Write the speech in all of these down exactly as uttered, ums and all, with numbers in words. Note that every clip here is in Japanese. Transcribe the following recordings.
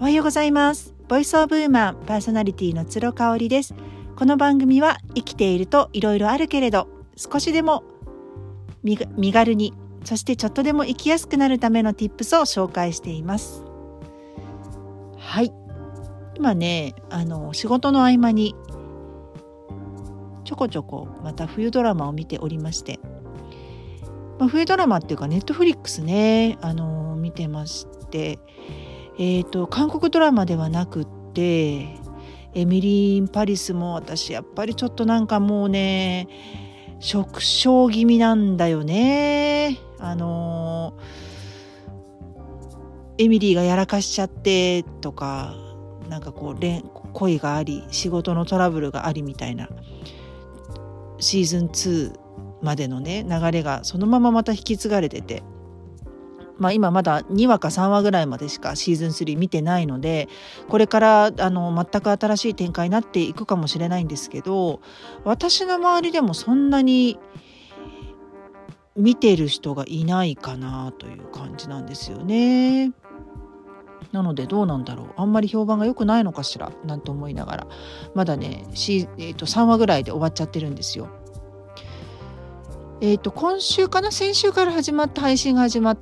おはようございます。ボイスオブウーマンパーソナリティの鶴香織です。この番組は生きているといろいろあるけれど、少しでも身軽に、そしてちょっとでも生きやすくなるための Tips を紹介しています。はい。今ね、あの仕事の合間にちょこちょこまた冬ドラマを見ておりまして、まあ、冬ドラマっていうかネットフリックスね、あの見てまして、えーと、韓国ドラマではなくってエミリー・イン・パリスも私やっぱりちょっとなんかもうね食傷気味なんだよね。あのエミリーがやらかしちゃってとか、なんかこう恋があり仕事のトラブルがありみたいなシーズンツーまでのね流れがそのまままた引き継がれてて、まあ、今まだにわかさんわぐらいまでしかシーズンスリー見てないので、これからあの全く新しい展開になっていくかもしれないんですけど、私の周りでもそんなに見てる人がいないかなという感じなんですよね。なのでどうなんだろう、あんまり評判が良くないのかしらなんて思いながら、まだね、シーえーとさんわぐらいで終わっちゃってるんですよ。えーと、今週かな先週から始まった配信が始まった、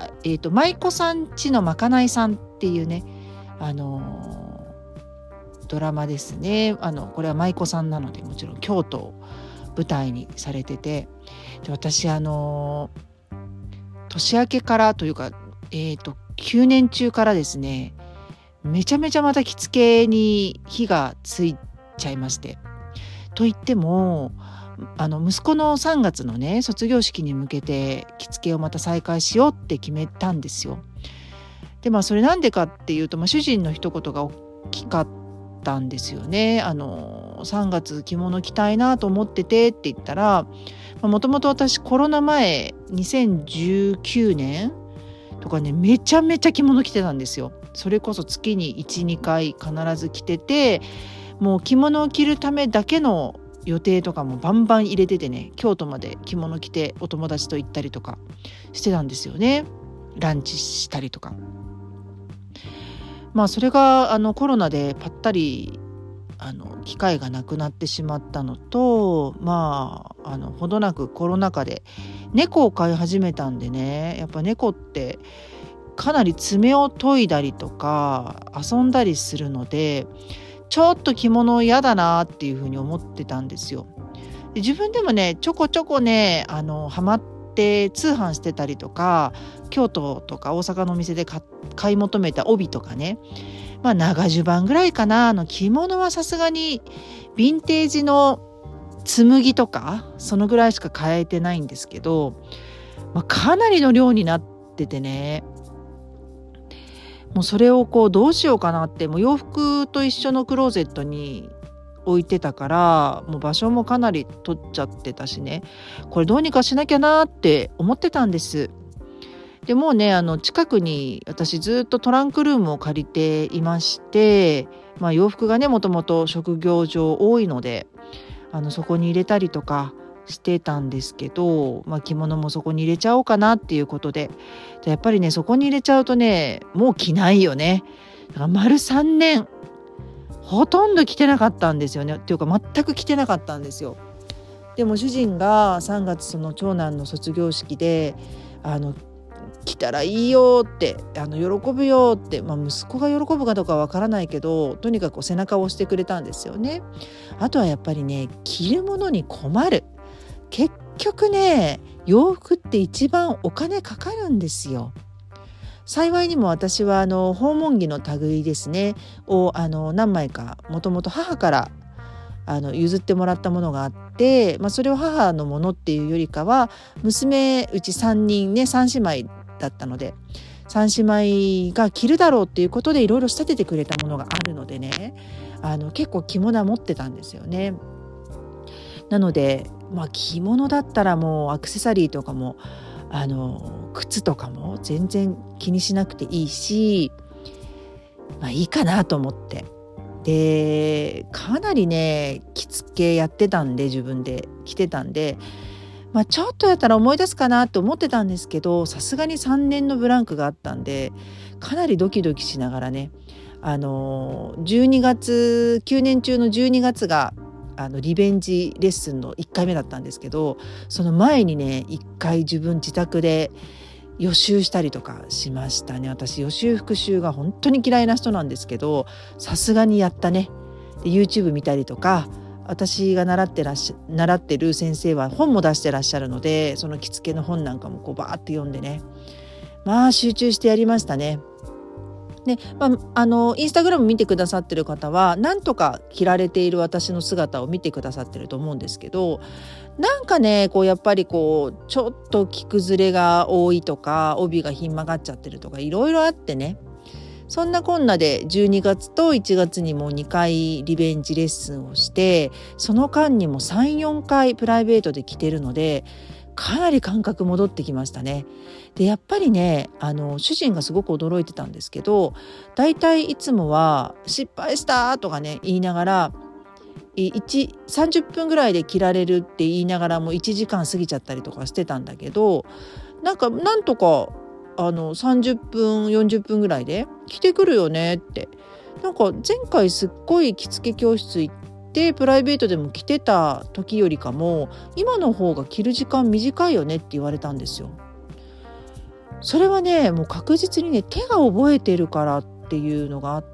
えーと、舞妓さんちのまかないさんっていうね、あのー、ドラマですね。あのこれは舞妓さんなのでもちろん京都を舞台にされてて、で私あのー、年明けからというか、えーと、きゅうねん中からですね、めちゃめちゃまた着付けに火がついちゃいまして、といってもあの息子のさんがつのね卒業式に向けて着付けをまた再開しようって決めたんですよ。でまあそれなんでかっていうと、まあ、主人の一言が大きかったんですよね。あのさんがつ着物着たいなと思っててって言ったら、もともと私コロナ前にせんじゅうきゅうねんとかねめちゃめちゃ着物着てたんですよ。それこそ月に いち,に 回必ず着てて、もう着物を着るためだけの予定とかもバンバン入れててね、京都まで着物着てお友達と行ったりとかしてたんですよね。ランチしたりとか。まあそれがあのコロナでぱったりあの機会がなくなってしまったのと、まああのほどなくコロナ禍で猫を飼い始めたんでね、やっぱ猫ってかなり爪を研いだりとか遊んだりするので、ちょっと着物嫌だなっていうふうに思ってたんですよ。で自分でもねちょこちょこねあのハマって通販してたりとか、京都とか大阪のお店で買い求めた帯とかね、まあ長襦袢ぐらいかな。あの着物はさすがにヴィンテージの紬とかそのぐらいしか買えてないんですけど、まあ、かなりの量になっててね、もうそれをこうどうしようかなって、もう洋服と一緒のクローゼットに置いてたから、もう場所もかなり取っちゃってたしね、これどうにかしなきゃなって思ってたんです。でもうねあの近くに私ずっとトランクルームを借りていまして、まあ、洋服がねもともと職業上多いのであのそこに入れたりとかしてたんですけど、まあ、着物もそこに入れちゃおうかなっていうことで、でやっぱりねそこに入れちゃうとねもう着ないよね。だから丸さんねんほとんど着てなかったんですよね。っていうか全く着てなかったんですよ。でも主人がさんがつその長男の卒業式であの着たらいいよってあの喜ぶよって、まあ、息子が喜ぶかどうかわからないけどとにかく背中を押してくれたんですよね。あとはやっぱりね着るものに困る。結局ね洋服って一番お金かかるんですよ。幸いにも私はあの訪問着の類ですねをあの何枚かもともと母からあの譲ってもらったものがあって、まあ、それを母のものっていうよりかは娘うちさんにんねさん姉妹だったのでさん姉妹が着るだろうっていうことでいろいろ仕立ててくれたものがあるのでね、あの結構着物は持ってたんですよね。なので、まあ、着物だったらもうアクセサリーとかもあの靴とかも全然気にしなくていいし、まあいいかなと思って、でかなりね着付けやってたんで自分で着てたんで、まあ、ちょっとやったら思い出すかなと思ってたんですけど、さすがにさんねんのブランクがあったんでかなりドキドキしながらねあのじゅうにがつきゅうねん中のじゅうにがつがあのリベンジレッスンのいっかいめだったんですけど、その前にねいっかい自分自宅で予習したりとかしましたね。私予習復習が本当に嫌いな人なんですけど、さすがにやったね。で YouTube 見たりとか、私が習ってらっしゃ習ってる先生は本も出してらっしゃるので、その着付けの本なんかもこうバーって読んでね、まあ集中してやりましたね。で、まあ、あのインスタグラム見てくださってる方はなんとか着られている私の姿を見てくださってると思うんですけど、なんかねこうやっぱりこうちょっと着崩れが多いとか、帯がひん曲がっちゃってるとかいろいろあってね、そんなこんなでじゅうにがつといちがつにもにかいリベンジレッスンをして、その間にも さん,よん 回プライベートで着てるので、かなり感覚戻ってきましたね。でやっぱりねあの主人がすごく驚いてたんですけど、だいたいいつもは失敗したとかね言いながらさんじゅっぷんぐらいで着られるって言いながらもいちじかん過ぎちゃったりとかしてたんだけど、なんかなんとかあのさんじゅっぷんよんじゅっぷんぐらいで着てくるよねって、なんか前回すっごい着付け教室行ってプライベートでも着てた時よりかも今の方が着る時間短いよねって言われたんですよ。それはねもう確実にね手が覚えてるからっていうのがあって、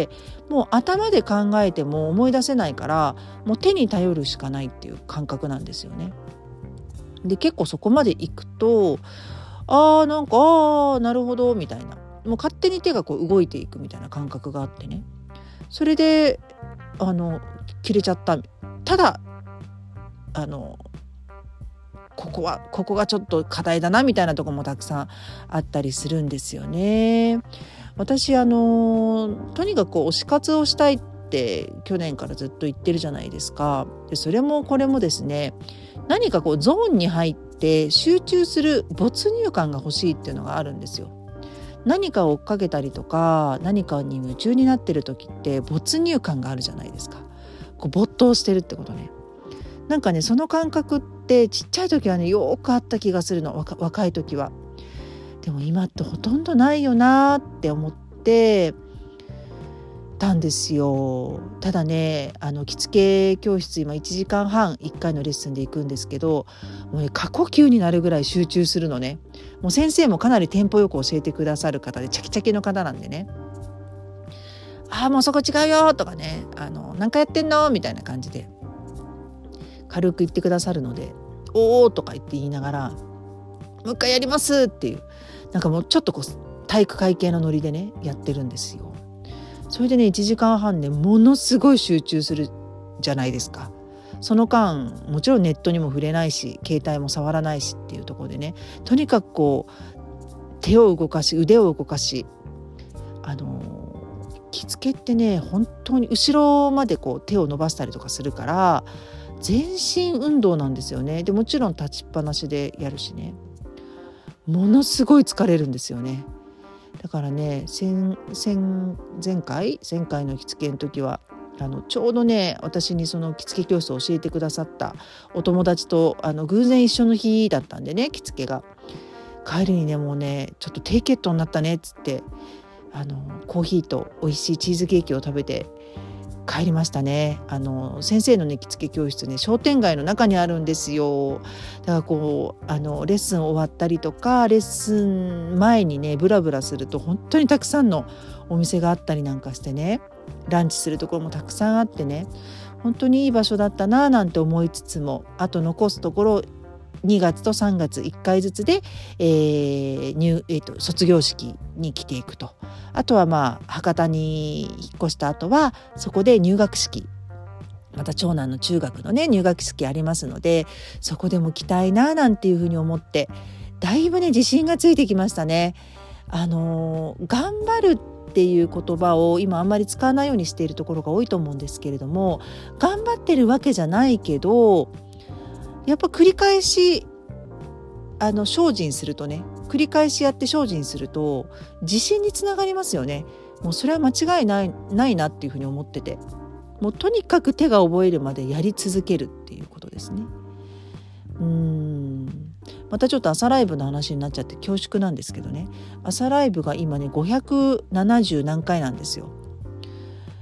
もう頭で考えても思い出せないから、もう手に頼るしかないっていう感覚なんですよね。で結構そこまで行くと、あーなんかあーなるほどみたいな、もう勝手に手がこう動いていくみたいな感覚があってね、それであの切れちゃった。ただあのここはここがちょっと課題だなみたいなところもたくさんあったりするんですよね。私あのとにかく推し活をしたいって去年からずっと言ってるじゃないですか。でそれもこれもですね、何かこうゾーンに入って集中する没入感が欲しいっていうのがあるんですよ。何かを追っかけたりとか何かに夢中になってる時って没入感があるじゃないですか。こう没頭してるってことね。なんかねその感覚ってちっちゃい時はねよくあった気がするの、若、若い時は。でも今ってほとんどないよなって思ってたんですよ。ただねあの着付け教室今いちじかんはんいっかいのレッスンで行くんですけど、もうね過呼吸になるぐらい集中するのね。もう先生もかなりテンポよく教えてくださる方でチャキチャキの方なんでね、ああもうそこ違うよとかね、あの何回やってんのみたいな感じで軽く言ってくださるので、おーとか言って言いながらもう一回やりますっていう、なんかもうちょっとこう体育会系のノリでねやってるんですよ。それでねいちじかんはんねものすごい集中するじゃないですか。その間もちろんネットにも触れないし携帯も触らないしっていうところでね、とにかくこう手を動かし腕を動かし、あの着付けってね本当に後ろまでこう手を伸ばしたりとかするから全身運動なんですよね。でもちろん立ちっぱなしでやるしね、ものすごい疲れるんですよね。だからね先先前回前回の着付けの時はあのちょうどね私にその着付け教室を教えてくださったお友達とあの偶然一緒の日だったんでね、着付けが帰りにねもうねちょっと低血糖になったねっつってあのコーヒーと美味しいチーズケーキを食べて帰りましたね。あの先生のね着付け教室ね商店街の中にあるんですよ。だからこうあのレッスン終わったりとかレッスン前にねブラブラすると本当にたくさんのお店があったりなんかしてね、ランチするところもたくさんあってね、本当にいい場所だったななんて思いつつも、あと残すところにがつとさんがついっかいずつで、えー入えー、と卒業式に来ていくと、あとはまあ博多に引っ越した後はそこで入学式、また長男の中学のね入学式ありますのでそこでも来たいななんていうふうに思ってだいぶね自信がついてきましたね。あのー、頑張るっていう言葉を今あんまり使わないようにしているところが多いと思うんですけれども、頑張ってるわけじゃないけどやっぱ繰り返しあの精進するとね、繰り返しやって精進すると自信につながりますよね。もうそれは間違いない、ないなっていうふうに思ってて、もうとにかく手が覚えるまでやり続けるっていうことですね。うーんまたちょっと朝ライブの話になっちゃって恐縮なんですけどね、朝ライブが今ねごひゃくななじゅう何回なんですよ。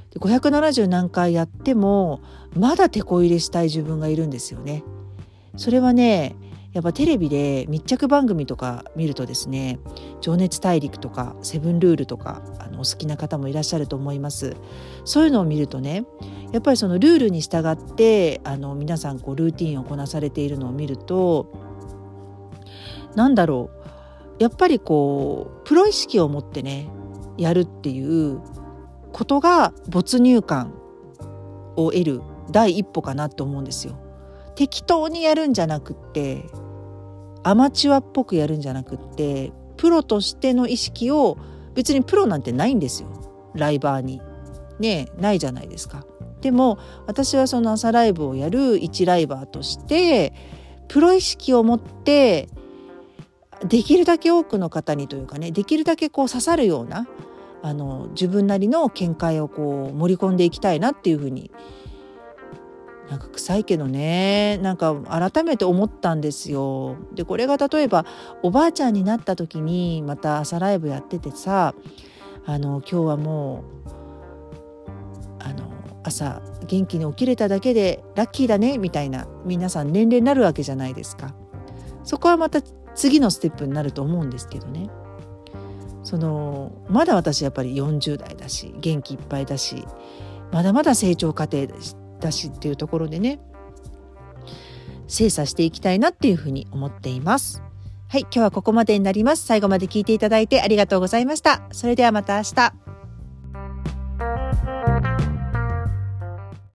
でごひゃくななじゅう何回やってもまだテこ入れしたい自分がいるんですよね。それはね、やっぱテレビで密着番組とか見るとですね、情熱大陸とかセブンルールとかあのお好きな方もいらっしゃると思います。そういうのを見るとね、やっぱりそのルールに従ってあの皆さんこうルーティンをこなされているのを見ると、なんだろう、やっぱりこうプロ意識を持ってねやるっていうことが没入感を得る第一歩かなと思うんですよ。適当にやるんじゃなくって、アマチュアっぽくやるんじゃなくって、プロとしての意識を、別にプロなんてないんですよ、ライバーにね、ないじゃないですか。でも私はその朝ライブをやる一ライバーとしてプロ意識を持ってできるだけ多くの方にというかね、できるだけこう刺さるようなあの自分なりの見解をこう盛り込んでいきたいなっていうふうに、なんか臭いけどね、なんか改めて思ったんですよ。でこれが例えばおばあちゃんになった時にまた朝ライブやっててさ、あの今日はもうあの朝元気に起きれただけでラッキーだねみたいな、皆さん年齢になるわけじゃないですか。そこはまた次のステップになると思うんですけどね。そのまだ私やっぱりよんじゅう代だし、元気いっぱいだし、まだまだ成長過程だしっていうところでね、精査していきたいなっていうふうに思っています。はい、今日はここまでになります。最後まで聞いていただいてありがとうございました。それではまた明日。